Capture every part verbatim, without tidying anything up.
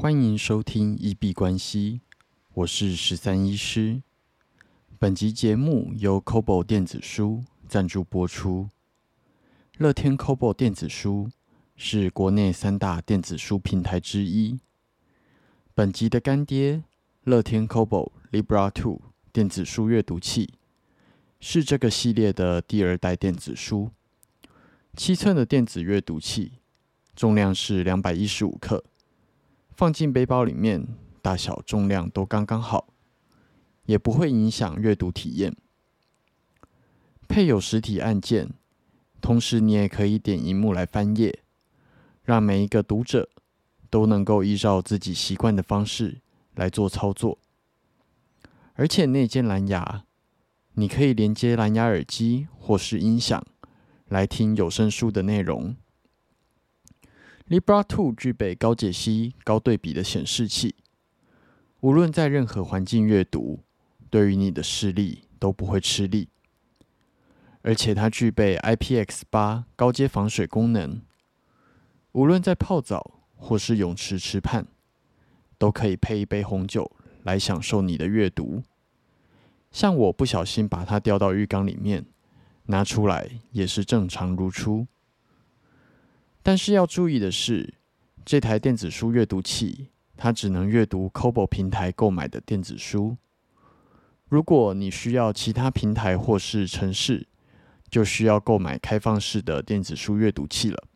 欢迎收听一币关系，我是十三医师。本集节目由 Kobo 电子书赞助播出。乐天 Kobo 电子书是国内三大电子书平台之一。本集的干爹乐天 Kobo Libra 二电子书阅读器是这个系列的第二代电子书，七寸的电子阅读器，重量是两百一十五克。放进背包里面，大小重量都刚刚好，也不会影响阅读体验。配有实体按键，同时你也可以点萤幕来翻页，让每一个读者都能够依照自己习惯的方式来做操作。而且内建蓝牙，你可以连接蓝牙耳机或是音响来听有声书的内容。Libra 二具备高解析、高对比的显示器，无论在任何环境阅读，对于你的视力都不会吃力。而且它具备 I P X 八 高阶防水功能，无论在泡澡或是泳池池畔，都可以配一杯红酒来享受你的阅读。像我不小心把它掉到浴缸里面，拿出来也是正常如初。但是要注意的是，这台电子书阅读器，它只能阅读 Kobo 平台购买的电子书。如果你需要其他平台或是程式，就需要购买开放式的电子书阅读器了。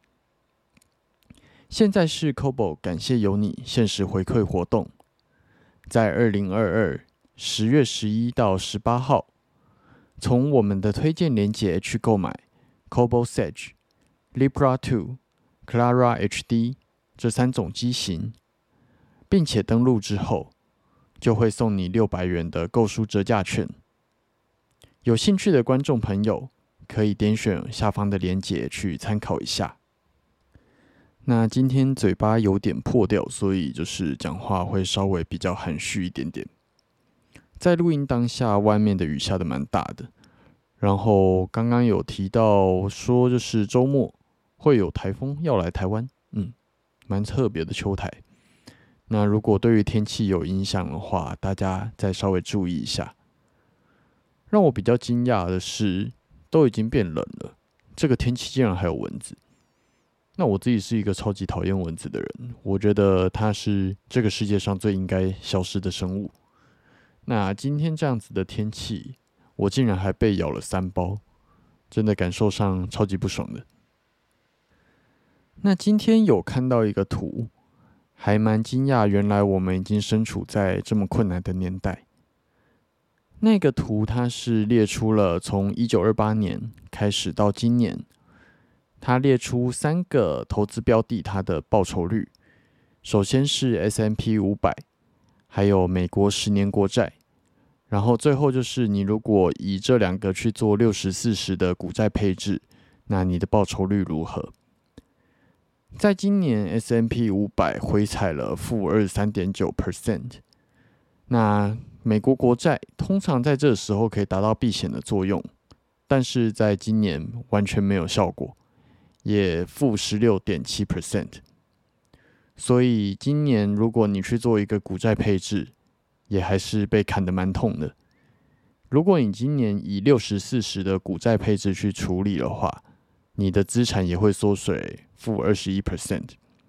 现在是 Kobo 感谢有你限时回馈活动，在二零二二十月十一到十八号，从我们的推荐连结去购买 Kobo Sage、Libra 二、Clara H D 这三种机型，并且登录之后，就会送你六百元的购书折价券。有兴趣的观众朋友，可以点选下方的连结去参考一下。那今天嘴巴有点破掉，所以就是讲话会稍微比较含蓄一点点。在录音当下，外面的雨下得蛮大的。然后刚刚有提到说，就是周末会有台风要来台湾，嗯，蛮特别的秋台。那如果对于天气有影响的话，大家再稍微注意一下。让我比较惊讶的是，都已经变冷了，这个天气竟然还有蚊子。那我自己是一个超级讨厌蚊子的人，我觉得它是这个世界上最应该消失的生物。那今天这样子的天气，我竟然还被咬了三包，真的感受上超级不爽的。那今天有看到一个图，还蛮惊讶，原来我们已经身处在这么困难的年代。那个图它是列出了从一九二八年开始到今年，它列出三个投资标的它的报酬率。首先是 S and P 五百，还有美国十年国债。然后最后就是你如果以这两个去做六十四十的股债配置，那你的报酬率如何？在今年 S and P 五百回踩了负 二十三点九 percent， 那美国国债通常在这时候可以达到避险的作用，但是在今年完全没有效果，也负 十六点七 percent。 所以今年如果你去做一个股债配置，也还是被砍得蛮痛的。如果你今年以六十四十的股债配置去处理的话，你的资产也会缩水负 二十一 percent。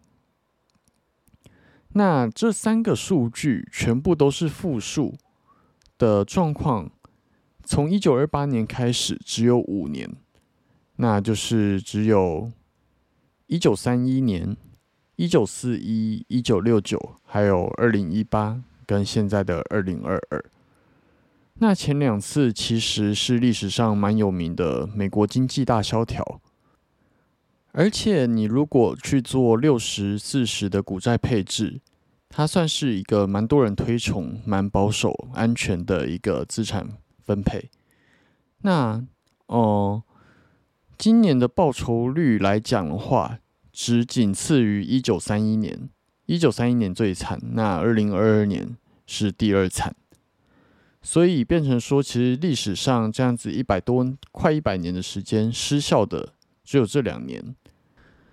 那这三个数据全部都是负数的状况，从一九二八年开始只有五年，那就是只有一九三一年、一九四一、一九六九，还有二零一八跟现在的二零二二。那前两次其实是历史上蛮有名的美国经济大萧条，而且你如果去做六十四十的股债配置，它算是一个蛮多人推崇、蛮保守、安全的一个资产分配。那哦、呃，今年的报酬率来讲的话，只仅次于一九三一年，一九三一年最惨，那二零二二年是第二惨。所以变成说，其实历史上这样子一百多快一百年的时间，失效的只有这两年。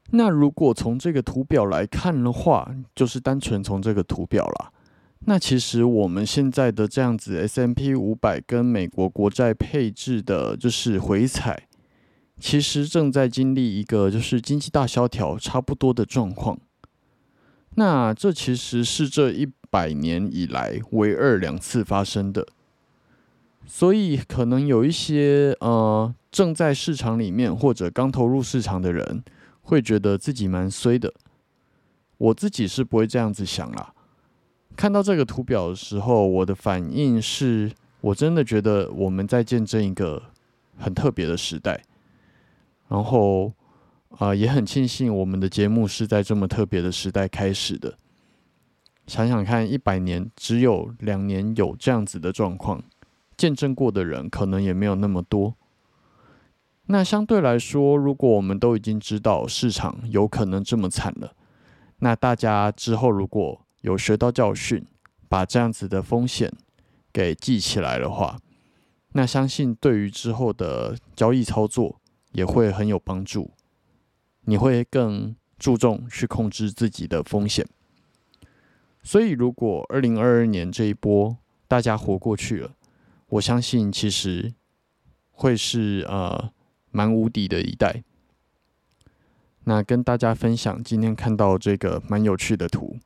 那如果从这个图表来看的话，就是单纯从这个图表啦。那其实我们现在的这样子 S and P 五百跟美国国债配置的，就是回踩，其实正在经历一个就是经济大萧条差不多的状况。那这其实是这一百年以来唯二两次发生的，所以可能有一些呃正在市场里面或者刚投入市场的人，会觉得自己蛮衰的。我自己是不会这样子想啦。看到这个图表的时候，我的反应是，我真的觉得我们在见证一个很特别的时代，然后啊、呃，也很庆幸我们的节目是在这么特别的时代开始的。想想看，一百年只有两年有这样子的状况，见证过的人可能也没有那么多。那相对来说，如果我们都已经知道市场有可能这么惨了，那大家之后如果有学到教训，把这样子的风险给记起来的话，那相信对于之后的交易操作也会很有帮助。你会更注重去控制自己的风险。所以如果二零二二年这一波大家活过去了，我相信其实会是呃蛮无敌的一代。那跟大家分享今天看到这个蛮有趣的图。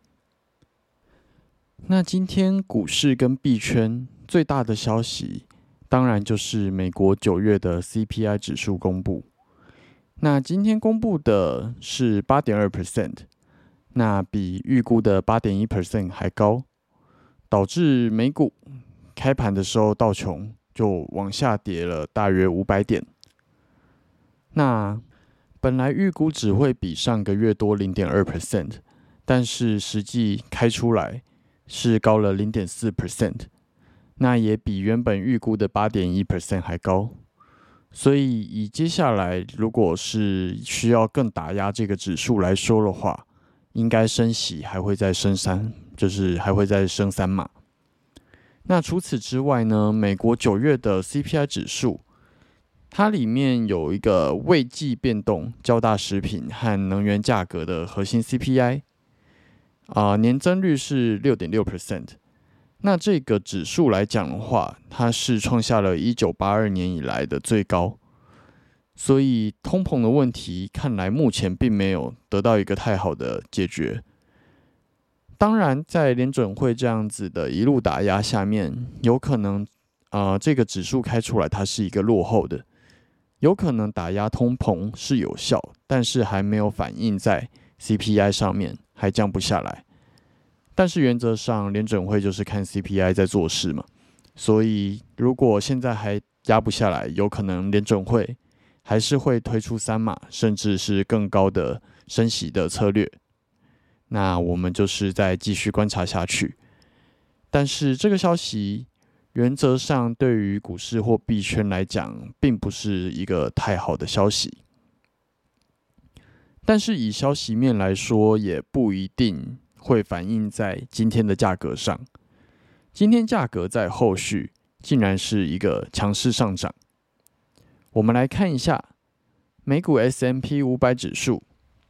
那今天股市跟币圈最大的消息，当然就是美国九月的 C P I 指数公布。那今天公布的是 百分之八点二， 那比预估的 百分之八点一 还高，导致美股开盘的时候道琼就往下跌了大约五百点。那本来预估只会比上个月多 百分之零点二， 但是实际开出来是高了 百分之零点四， 那也比原本预估的 百分之八点一 还高。所以以接下来如果是需要更打压这个指数来说的话，应该升息还会再升三，就是还会再升三码。那除此之外呢，美国九月的 C P I 指数，它里面有一个未计变动较大食品和能源价格的核心 C P I，啊、呃，年增率是 百分之六点六。那这个指数来讲的话，它是创下了一九八二年以来的最高，所以通膨的问题看来目前并没有得到一个太好的解决。当然，在联准会这样子的一路打压下面，有可能啊、呃，这个指数开出来它是一个落后的，有可能打压通膨是有效，但是还没有反映在 C P I 上面，还降不下来。但是原则上，联准会就是看 C P I 在做事嘛，所以如果现在还压不下来，有可能联准会还是会推出三码，甚至是更高的升息的策略。那我们就是再继续观察下去。但是这个消息原则上对于股市或币圈来讲，并不是一个太好的消息。但是以消息面来说，也不一定会反映在今天的价格上。今天价格在后续竟然是一个强势上涨。我们来看一下美股 S and P 五百 指数，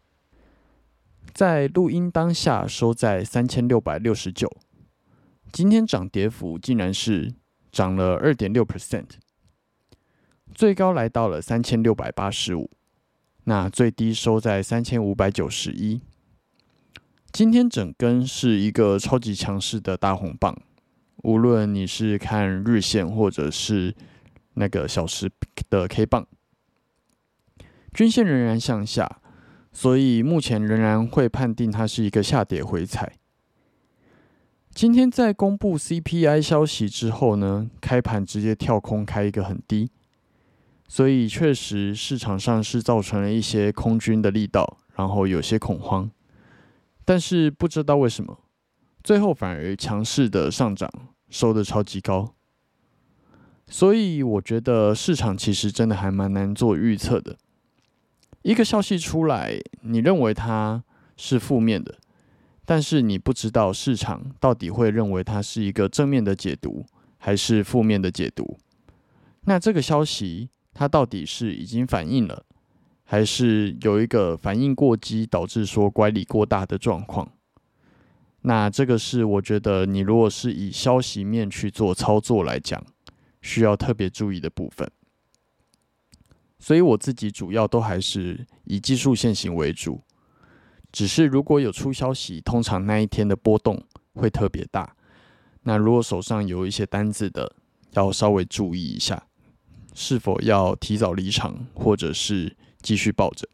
在录音当下收在三千六百六十九，今天涨跌幅竟然是涨了 百分之二点六， 最高来到了三千六百八十五，那最低收在三千五百九十一。今天整根是一个超级强势的大红棒，无论你是看日线或者是那个小时的 K 棒，均线仍然向下，所以目前仍然会判定它是一个下跌回踩。今天在公布 C P I 消息之后呢，开盘直接跳空开一个很低，所以确实市场上是造成了一些空军的力道，然后有些恐慌。但是不知道为什么，最后反而强势的上涨，收的超级高。所以我觉得市场其实真的还蛮难做预测的。一个消息出来，你认为它是负面的，但是你不知道市场到底会认为它是一个正面的解读，还是负面的解读。那这个消息它到底是已经反映了， 还是有一个反应过激导致说乖离过大的状况。那这个是我觉得你如果是以消息面去做操作来讲，需要特别注意的部分。所以我自己主要都还是以技术线型为主，只是如果有出消息，通常那一天的波动会特别大。那如果手上有一些单子的，要稍微注意一下，是否要提早离场，或者是继续抱着。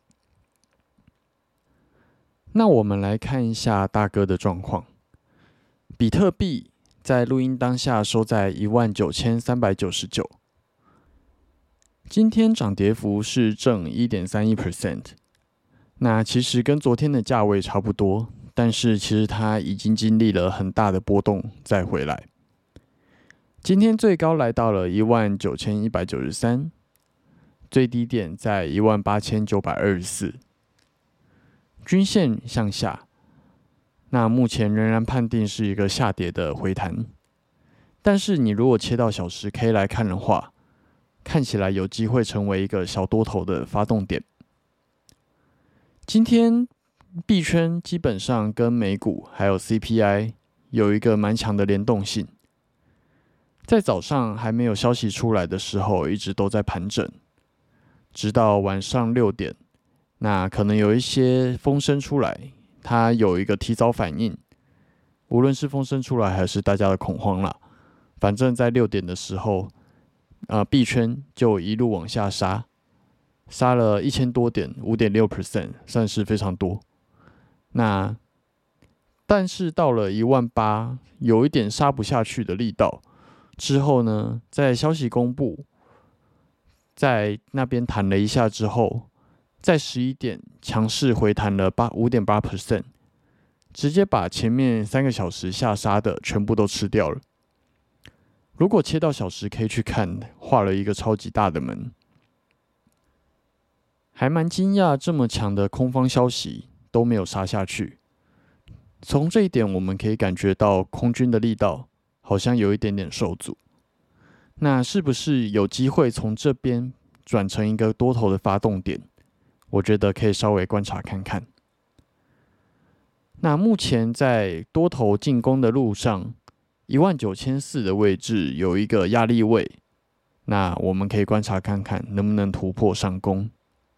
那我们来看一下大哥的状况。比特币在录音当下收在 一万九千三百九十九， 今天涨跌幅是正 一点三一 percent。 那其实跟昨天的价位差不多，但是其实它已经经历了很大的波动再回来。今天最高来到了 一万九千一百九十三， 最低点在 一万八千九百二十四，均线向下，那目前仍然判定是一个下跌的回弹。但是你如果切到小时 K 来看的话，看起来有机会成为一个小多头的发动点。今天币圈基本上跟美股还有 C P I 有一个蛮强的联动性，在早上还没有消息出来的时候，一直都在盘整，直到晚上六点，那可能有一些风声出来，它有一个提早反应，无论是风声出来还是大家的恐慌啦，反正在六点的时候，呃，币圈就一路往下杀，杀了一千多点 ，五点六 percent， 算是非常多。那但是到了一万八，有一点杀不下去的力道。之后呢，在消息公布，在那边弹了一下之后，在十一点强势回弹了 五点八 percent， 直接把前面三个小时下杀的全部都吃掉了。如果切到小时 K 去看，画了一个超级大的门，还蛮惊讶这么强的空方消息都没有杀下去。从这一点我们可以感觉到空军的力道好像有一点点受阻，那是不是有机会从这边转成一个多头的发动点？我觉得可以稍微观察看看。那目前在多头进攻的路上， 一万九千四百 的位置有一个压力位，那我们可以观察看看能不能突破上攻。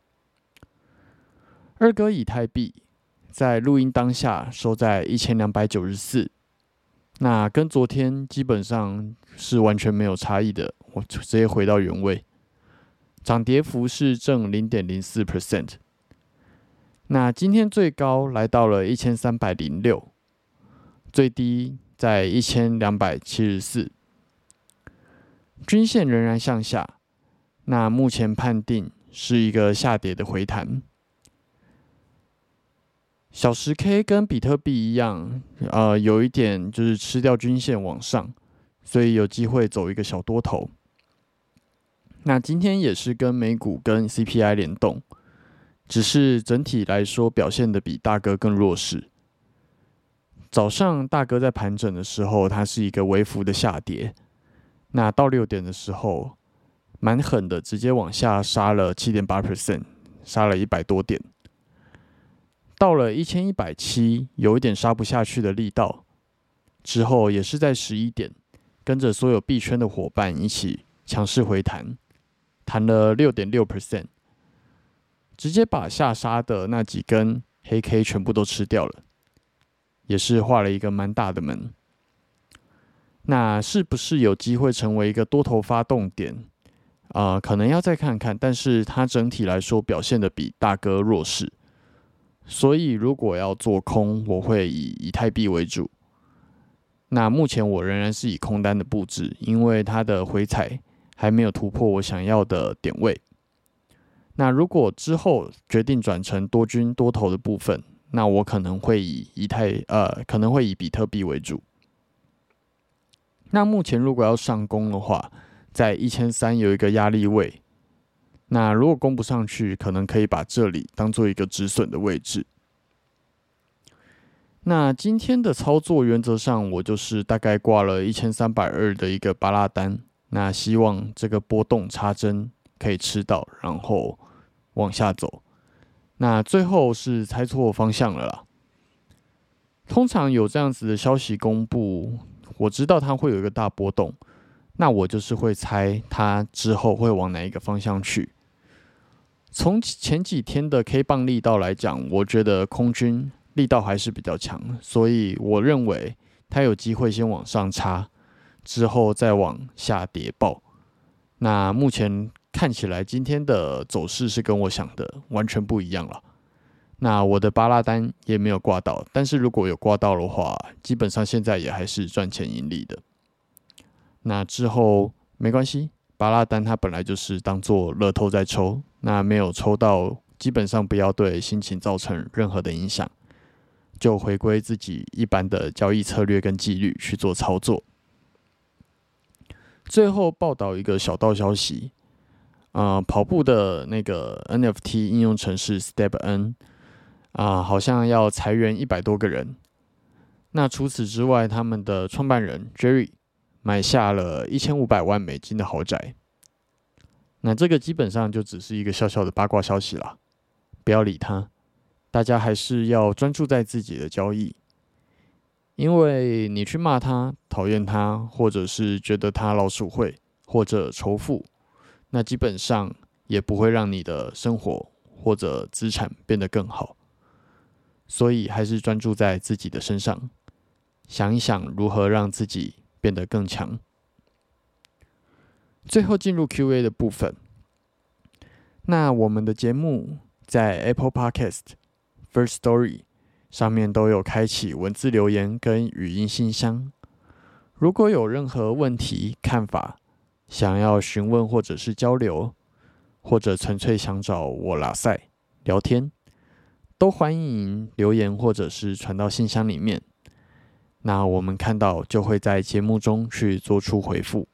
二哥以太币在录音当下收在一千两百九十四，那跟昨天基本上是完全没有差异的，我直接回到原位，涨跌幅是正 零点零四 percent。 那今天最高来到了一千三百零六，最低在一千两百七十四，均线仍然向下，那目前判定是一个下跌的回弹。小时 K 跟比特币一样，呃，有一点就是吃掉均线往上，所以有机会走一个小多头。那今天也是跟美股跟 C P I 联动，只是整体来说表现的比大哥更弱势。早上大哥在盘整的时候，它是一个微幅的下跌，那到六点的时候，蛮狠的，直接往下杀了 七点八 percent， 杀了一百多点。到了一千一百七十，有一点杀不下去的力道，之后也是在十一点，跟着所有币圈的伙伴一起强势回弹，弹了 六点六 percent， 直接把下杀的那几根黑 K 全部都吃掉了，也是画了一个蛮大的门。那是不是有机会成为一个多头发动点？呃，可能要再看看，但是它整体来说表现的比大哥弱势。所以如果要做空，我会以以太币为主。那目前我仍然是以空单的布置，因为它的回踩还没有突破我想要的点位。那如果之后决定转成多军多头的部分，那我可能会以以太呃可能会以比特币为主。那目前如果要上攻的话，在一千三百有一个压力位。那如果攻不上去，可能可以把这里当做一个止损的位置。那今天的操作原则上，我就是大概挂了一千三百二十的一个巴拉单，那希望这个波动插针可以吃到，然后往下走。 那最后是猜错方向了啦。通常有这样子的消息公布，我知道它会有一个大波动，那我就是会猜它之后会往哪一个方向去。从前几天的 K 棒力道来讲，我觉得空军力道还是比较强，所以我认为它有机会先往上插，之后再往下跌爆。那目前看起来今天的走势是跟我想的完全不一样了。那我的巴拉单也没有挂到，但是如果有挂到的话，基本上现在也还是赚钱盈利的。那之后没关系，巴拉单它本来就是当做乐透在抽，那没有抽到，基本上不要对心情造成任何的影响，就回归自己一般的交易策略跟纪律去做操作。最后报道一个小道消息，呃，跑步的那个 N F T 应用程式 Step N 啊、呃，好像要裁员一百多个人。那除此之外，他们的创办人 Jerry 买下了一千五百万美金的豪宅。那这个基本上就只是一个小小的八卦消息啦，不要理他，大家还是要专注在自己的交易。因为你去骂他、讨厌他，或者是觉得他老鼠会或者仇富，那基本上也不会让你的生活或者资产变得更好。所以还是专注在自己的身上，想一想如何让自己变得更强。最后进入 Q A 的部分。那我们的节目在 Apple Podcast、Firstory 上面都有开启文字留言跟语音信箱。如果有任何问题、看法，想要询问或者是交流，或者纯粹想找我拉塞聊天，都欢迎留言或者是传到信箱里面。那我们看到就会在节目中去做出回复。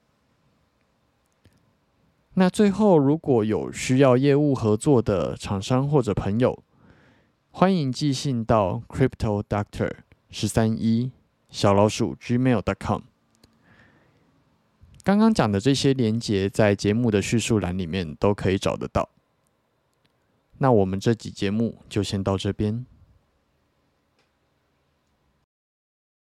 那最后，如果有需要业务合作的厂商或者朋友，欢迎寄信到 crypto doctor 十三一 小老鼠 gmail dot com。刚刚讲的这些连结在节目的叙述栏里面都可以找得到。那我们这集节目就先到这边。